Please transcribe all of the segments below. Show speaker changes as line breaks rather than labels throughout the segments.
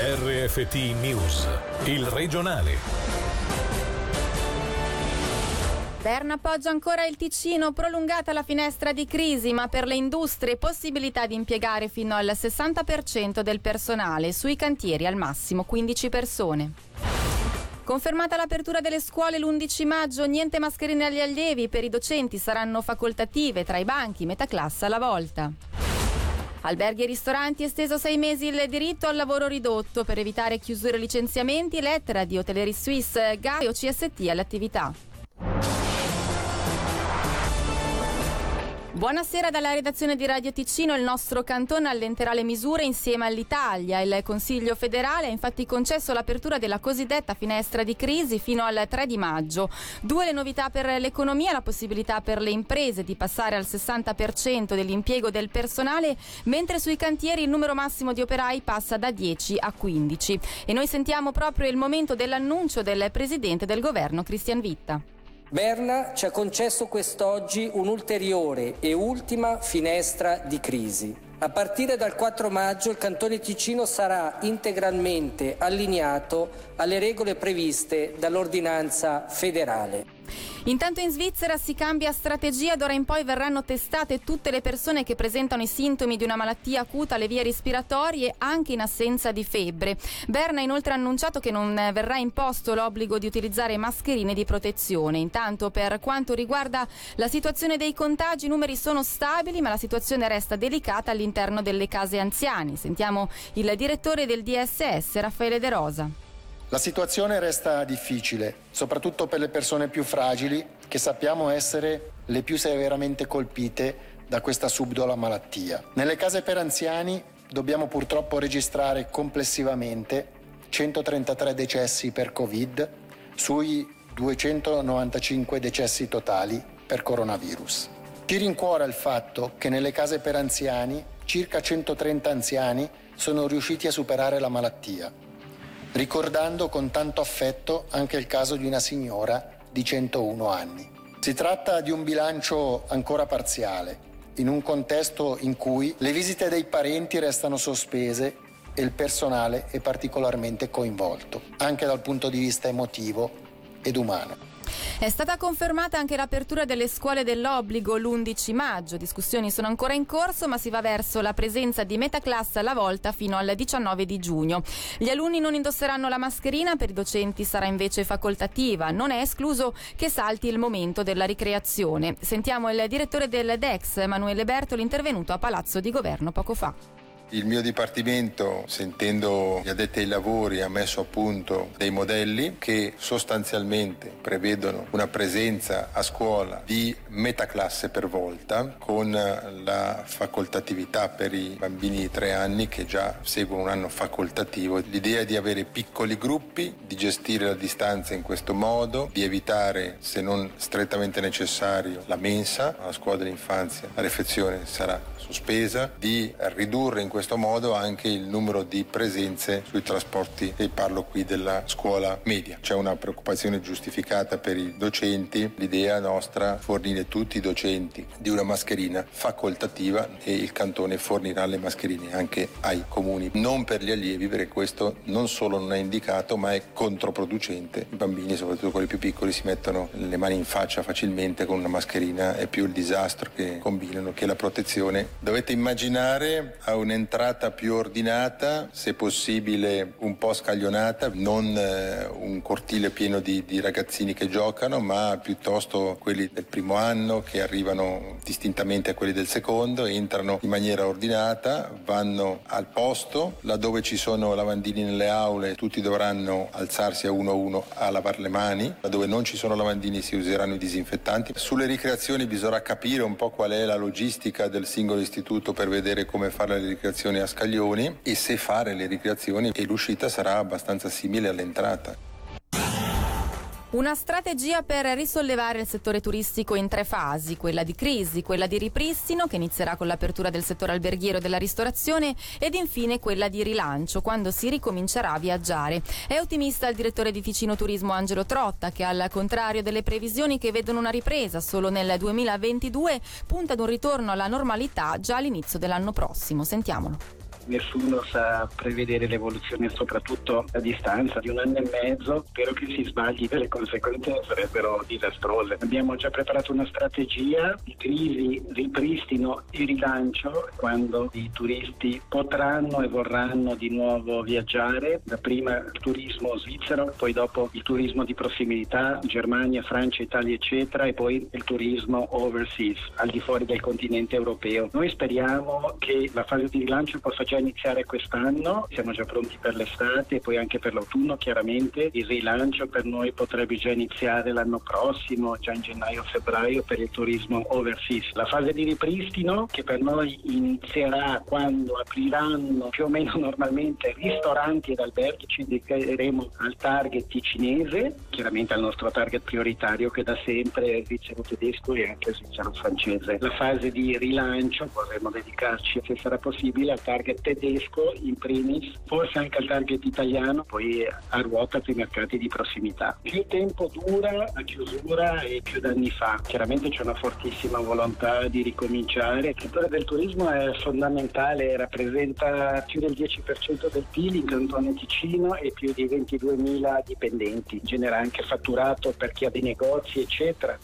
RFT News, il regionale.
Berna appoggia ancora il Ticino, prolungata la finestra di crisi, ma per le industrie possibilità di impiegare fino al 60% del personale, sui cantieri al massimo 15 persone. Confermata l'apertura delle scuole l'11 maggio, niente mascherine agli allievi, per i docenti saranno facoltative tra i banchi, metà classe alla volta. Alberghi e ristoranti, esteso 6 mesi il diritto al lavoro ridotto per evitare chiusure e licenziamenti, lettera di Hotellerie Suisse, GAI o CST all'attività. Buonasera dalla redazione di Radio Ticino. Il nostro cantone allenterà le misure insieme all'Italia. Il Consiglio federale ha infatti concesso l'apertura della cosiddetta finestra di crisi fino al 3 di maggio. 2 le novità per l'economia: la possibilità per le imprese di passare al 60% dell'impiego del personale, mentre sui cantieri il numero massimo di operai passa da 10 a 15. E noi sentiamo proprio il momento dell'annuncio del Presidente del Governo, Christian Witta.
Berna ci ha concesso quest'oggi un'ulteriore e ultima finestra di crisi. A partire dal 4 maggio il Cantone Ticino sarà integralmente allineato alle regole previste dall'ordinanza federale.
Intanto in Svizzera si cambia strategia, d'ora in poi verranno testate tutte le persone che presentano i sintomi di una malattia acuta alle vie respiratorie, anche in assenza di febbre. Berna ha inoltre annunciato che non verrà imposto l'obbligo di utilizzare mascherine di protezione. Intanto per quanto riguarda la situazione dei contagi, i numeri sono stabili, ma la situazione resta delicata all'interno delle case anziani. Sentiamo il direttore del DSS, Raffaele De Rosa.
La situazione resta difficile, soprattutto per le persone più fragili, che sappiamo essere le più severamente colpite da questa subdola malattia. Nelle case per anziani dobbiamo purtroppo registrare complessivamente 133 decessi per Covid sui 295 decessi totali per coronavirus. Ci rincuora il fatto che nelle case per anziani circa 130 anziani sono riusciti a superare la malattia, ricordando con tanto affetto anche il caso di una signora di 101 anni. Si tratta di un bilancio ancora parziale, in un contesto in cui le visite dei parenti restano sospese e il personale è particolarmente coinvolto, anche dal punto di vista emotivo ed umano.
È stata confermata anche l'apertura delle scuole dell'obbligo l'11 maggio. Discussioni sono ancora in corso, ma si va verso la presenza di metà classe alla volta fino al 19 di giugno. Gli alunni non indosseranno la mascherina, per i docenti sarà invece facoltativa. Non è escluso che salti il momento della ricreazione. Sentiamo il direttore del DEX, Emanuele Bertoli, intervenuto a Palazzo di Governo poco fa.
Il mio dipartimento, sentendo gli addetti ai lavori, ha messo a punto dei modelli che sostanzialmente prevedono una presenza a scuola di metà classe per volta, con la facoltatività per i bambini di 3 anni che già seguono un anno facoltativo. L'idea è di avere piccoli gruppi, di gestire la distanza in questo modo, di evitare, se non strettamente necessario, la mensa. Alla scuola dell'infanzia la refezione sarà sospesa, di ridurre in questo modo anche il numero di presenze sui trasporti, e parlo qui della scuola media. C'è una preoccupazione giustificata per i docenti. L'idea nostra è fornire tutti i docenti di una mascherina facoltativa, e il cantone fornirà le mascherine anche ai comuni, non per gli allievi, perché questo non solo non è indicato ma è controproducente. I bambini, soprattutto quelli più piccoli, si mettono le mani in faccia facilmente con una mascherina, è più il disastro che combinano che la protezione. Dovete immaginare a un'entrata più ordinata, se possibile un po' scaglionata, non un cortile pieno di ragazzini che giocano, ma piuttosto quelli del primo anno che arrivano distintamente a quelli del secondo, entrano in maniera ordinata, vanno al posto, laddove ci sono lavandini nelle aule tutti dovranno alzarsi a uno a lavare le mani, laddove non ci sono lavandini si useranno i disinfettanti. Sulle ricreazioni bisognerà capire un po' qual è la logistica del singolo istituto per vedere come fare le ricreazioni a scaglioni e se fare le ricreazioni, e l'uscita sarà abbastanza simile all'entrata.
Una strategia per risollevare il settore turistico in 3 fasi: quella di crisi, quella di ripristino, che inizierà con l'apertura del settore alberghiero e della ristorazione, ed infine quella di rilancio, quando si ricomincerà a viaggiare. È ottimista il direttore di Ticino Turismo Angelo Trotta, che al contrario delle previsioni che vedono una ripresa solo nel 2022, punta ad un ritorno alla normalità già all'inizio dell'anno prossimo. Sentiamolo.
nessuno sa prevedere l'evoluzione, soprattutto a distanza di 1 anno e mezzo. Spero che si sbagli, le conseguenze sarebbero disastrose. Abbiamo già preparato una strategia di crisi, ripristino e rilancio quando i turisti potranno e vorranno di nuovo viaggiare. Prima il turismo svizzero, poi dopo il turismo di prossimità, Germania, Francia, Italia eccetera, e poi il turismo overseas, al di fuori del continente europeo. Noi speriamo che la fase di rilancio possa già iniziare quest'anno, siamo già pronti per l'estate e poi anche per l'autunno chiaramente. Il rilancio per noi potrebbe già iniziare l'anno prossimo, già in gennaio-febbraio, per il turismo overseas. La fase di ripristino, che per noi inizierà quando apriranno più o meno normalmente ristoranti ed alberghi, ci dedicheremo al target ticinese, chiaramente al nostro target prioritario che da sempre è svizzero tedesco e anche svizzero francese. La fase di rilancio vorremmo dedicarci, se sarà possibile, al target tedesco in primis, forse anche al target italiano, poi a ruota per i mercati di prossimità. Più tempo dura la chiusura e più danni fa. Chiaramente c'è una fortissima volontà di ricominciare. Il settore del turismo è fondamentale, rappresenta più del 10% del PIL in Cantone Ticino e più di 22.000 dipendenti. Genera anche fatturato per chi ha dei negozi, eccetera.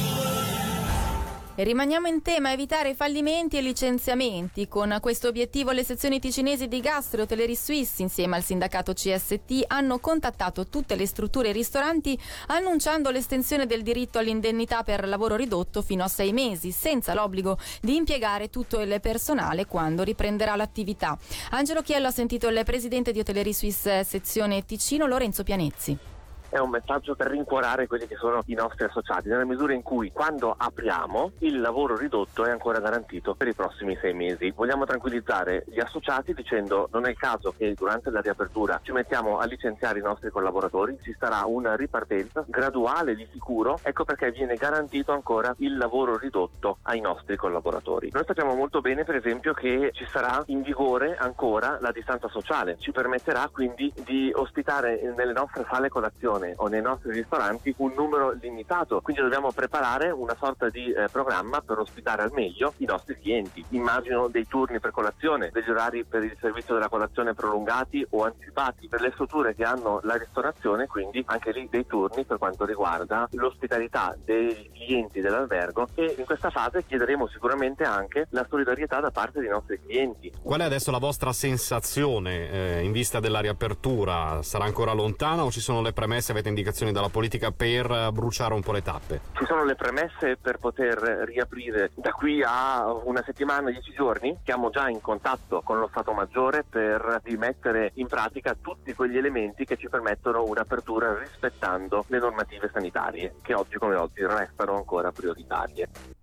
E rimaniamo in tema evitare fallimenti e licenziamenti. Con questo obiettivo le sezioni ticinesi di Gastro e Hotellerie Suisse insieme al sindacato CST hanno contattato tutte le strutture e ristoranti annunciando l'estensione del diritto all'indennità per lavoro ridotto fino a 6 mesi, senza l'obbligo di impiegare tutto il personale quando riprenderà l'attività. Angelo Chiello ha sentito il presidente di Hotellerie Suisse sezione Ticino, Lorenzo Pianezzi.
È un messaggio per rincuorare quelli che sono i nostri associati, nella misura in cui quando apriamo il lavoro ridotto è ancora garantito per i prossimi 6 mesi. Vogliamo tranquillizzare gli associati dicendo non è il caso che durante la riapertura ci mettiamo a licenziare i nostri collaboratori, ci sarà una ripartenza graduale di sicuro, ecco perché viene garantito ancora il lavoro ridotto ai nostri collaboratori. Noi sappiamo molto bene per esempio che ci sarà in vigore ancora la distanza sociale, ci permetterà quindi di ospitare nelle nostre sale colazione o nei nostri ristoranti un numero limitato, quindi dobbiamo preparare una sorta di programma per ospitare al meglio i nostri clienti. Immagino dei turni per colazione, degli orari per il servizio della colazione prolungati o anticipati per le strutture che hanno la ristorazione, quindi anche lì dei turni per quanto riguarda l'ospitalità dei clienti dell'albergo, e in questa fase chiederemo sicuramente anche la solidarietà da parte dei nostri clienti.
Qual è adesso la vostra sensazione in vista della riapertura? Sarà ancora lontana o ci sono le premesse? Avete indicazioni dalla politica per bruciare un po' le tappe?
Ci sono le premesse per poter riaprire da qui a una settimana, 10 giorni. Siamo già in contatto con lo Stato Maggiore per rimettere in pratica tutti quegli elementi che ci permettono un'apertura rispettando le normative sanitarie, che oggi come oggi restano ancora prioritarie.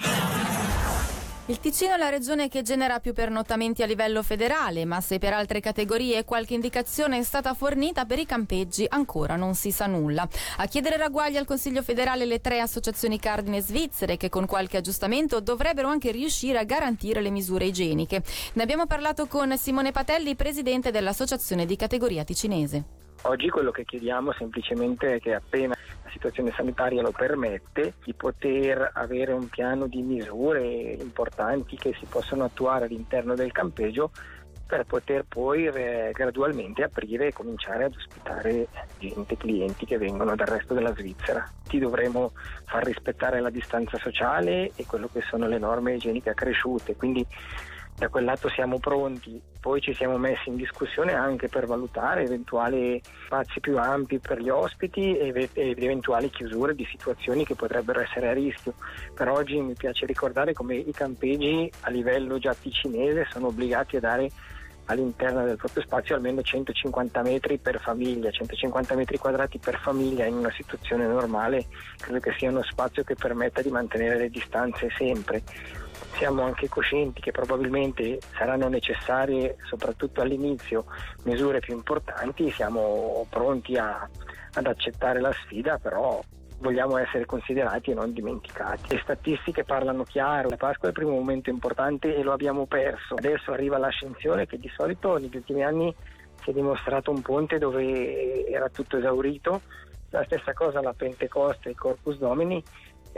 Il Ticino è la regione che genera più pernottamenti a livello federale, ma se per altre categorie qualche indicazione è stata fornita, per i campeggi ancora non si sa nulla. A chiedere ragguagli al Consiglio federale le 3 associazioni cardine svizzere che con qualche aggiustamento dovrebbero anche riuscire a garantire le misure igieniche. Ne abbiamo parlato con Simone Patelli, presidente dell'Associazione di categoria ticinese.
Oggi quello che chiediamo semplicemente è che appena la situazione sanitaria lo permette, di poter avere un piano di misure importanti che si possono attuare all'interno del campeggio per poter poi gradualmente aprire e cominciare ad ospitare clienti che vengono dal resto della Svizzera. Dovremo far rispettare la distanza sociale e quello che sono le norme igieniche accresciute, quindi da quel lato siamo pronti. Poi ci siamo messi in discussione anche per valutare eventuali spazi più ampi per gli ospiti e eventuali chiusure di situazioni che potrebbero essere a rischio. Per oggi mi piace ricordare come i campeggi a livello già ticinese sono obbligati a dare all'interno del proprio spazio almeno 150 metri per famiglia, 150 metri quadrati per famiglia. In una situazione normale credo che sia uno spazio che permetta di mantenere le distanze sempre. Siamo anche coscienti che probabilmente saranno necessarie, soprattutto all'inizio, misure più importanti. Siamo pronti ad accettare la sfida, però vogliamo essere considerati e non dimenticati. Le statistiche parlano chiaro, la Pasqua è il primo momento importante e lo abbiamo perso. Adesso arriva l'Ascensione, che di solito negli ultimi anni si è dimostrato un ponte dove era tutto esaurito. La stessa cosa la Pentecoste e il Corpus Domini.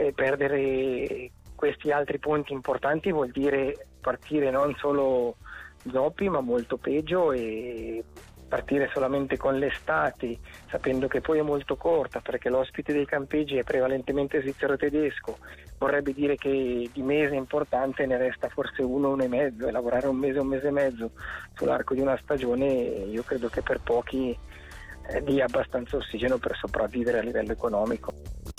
Perdere questi altri ponti importanti vuol dire partire non solo zoppi, ma molto peggio, e partire solamente con l'estate, sapendo che poi è molto corta perché l'ospite dei campeggi è prevalentemente svizzero-tedesco, vorrebbe dire che di mese importante ne resta forse 1 e mezzo, e lavorare un mese e mezzo sull'arco di una stagione io credo che per pochi dia abbastanza ossigeno per sopravvivere a livello economico.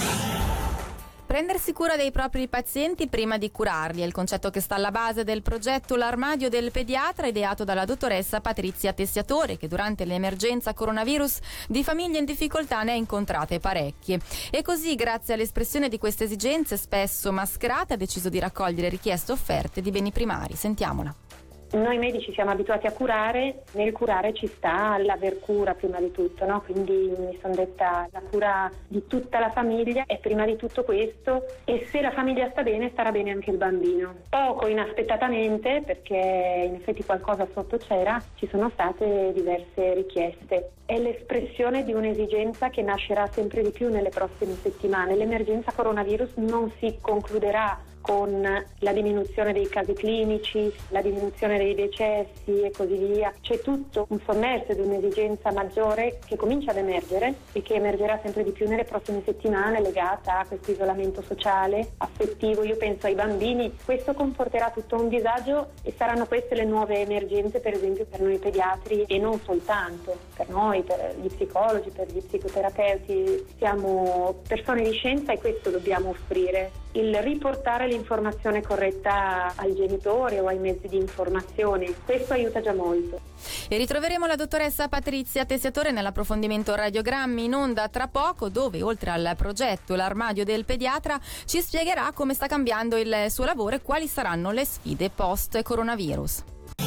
Prendersi cura dei propri pazienti prima di curarli è il concetto che sta alla base del progetto L'armadio del pediatra, ideato dalla dottoressa Patrizia Tessiatore, che durante l'emergenza coronavirus di famiglie in difficoltà ne ha incontrate parecchie. E così, grazie all'espressione di queste esigenze spesso mascherate, ha deciso di raccogliere richieste offerte di beni primari. Sentiamola.
Noi medici siamo abituati a curare, nel curare ci sta l'aver cura prima di tutto, no? Quindi mi sono detta la cura di tutta la famiglia è prima di tutto questo, e se la famiglia sta bene starà bene anche il bambino. Poco inaspettatamente, perché in effetti qualcosa sotto c'era, ci sono state diverse richieste. È l'espressione di un'esigenza che nascerà sempre di più nelle prossime settimane. L'emergenza coronavirus non si concluderà con la diminuzione dei casi clinici, la diminuzione dei decessi e così via. C'è tutto un sommerso di un'esigenza maggiore che comincia ad emergere e che emergerà sempre di più nelle prossime settimane, legata a questo isolamento sociale, affettivo. Io penso ai bambini, questo comporterà tutto un disagio, e saranno queste le nuove emergenze, per esempio per noi pediatri, e non soltanto per noi, per gli psicologi, per gli psicoterapeuti. Siamo persone di scienza e questo dobbiamo offrire, il riportare l'informazione corretta al genitore o ai mezzi di informazione. Questo aiuta già molto.
E ritroveremo la dottoressa Patrizia Tessiatore nell'approfondimento Radiogrammi in onda tra poco, dove oltre al progetto L'armadio del pediatra ci spiegherà come sta cambiando il suo lavoro e quali saranno le sfide post-coronavirus.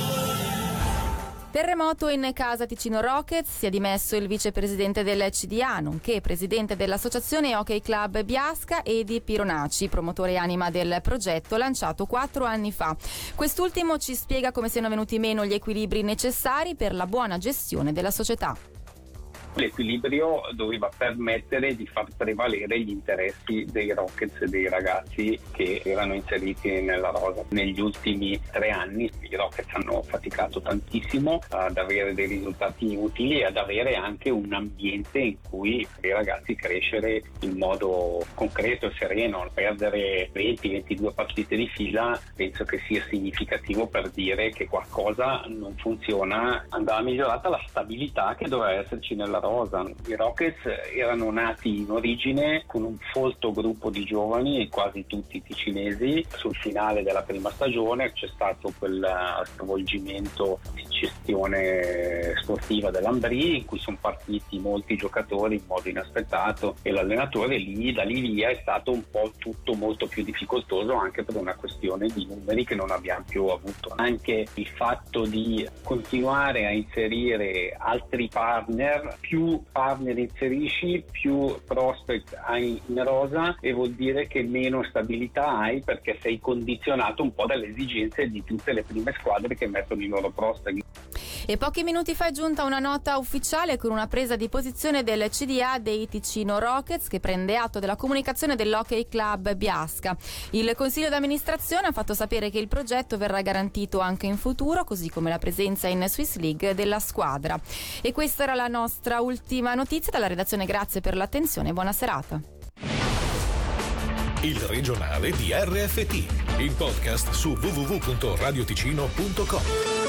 Terremoto in casa Ticino Rockets, si è dimesso il vicepresidente del CDA, nonché presidente dell'associazione Hockey Club Biasca, Edi Pironaci, promotore anima del progetto lanciato 4 anni fa. Quest'ultimo ci spiega come siano venuti meno gli equilibri necessari per la buona gestione della società.
L'equilibrio doveva permettere di far prevalere gli interessi dei Rockets e dei ragazzi che erano inseriti nella rosa. Negli ultimi 3 anni i Rockets hanno faticato tantissimo ad avere dei risultati utili e ad avere anche un ambiente in cui i ragazzi crescere in modo concreto e sereno. Perdere 20-22 partite di fila penso che sia significativo per dire che qualcosa non funziona. Andava migliorata la stabilità che doveva esserci nella rosa. I Rockets erano nati in origine con un folto gruppo di giovani, quasi tutti ticinesi. Sul finale della prima stagione c'è stato quel stravolgimento di gestione sportiva dell'Ambrì, in cui sono partiti molti giocatori in modo inaspettato, e l'allenatore da lì via è stato un po' tutto molto più difficoltoso, anche per una questione di numeri che non abbiamo più avuto. Anche il fatto di continuare a inserire altri partner, più partner inserisci, più prospect hai in rosa, e vuol dire che meno stabilità hai, perché sei condizionato un po' dalle esigenze di tutte le prime squadre che mettono i loro prospect.
E pochi minuti fa è giunta una nota ufficiale con una presa di posizione del CDA dei Ticino Rockets, che prende atto della comunicazione dell'Hockey Club Biasca. Il consiglio d'amministrazione ha fatto sapere che il progetto verrà garantito anche in futuro, così come la presenza in Swiss League della squadra. E questa era la nostra ultima notizia dalla redazione. Grazie per l'attenzione e buona serata.
Il regionale di RFT, il podcast su www.radioticino.com.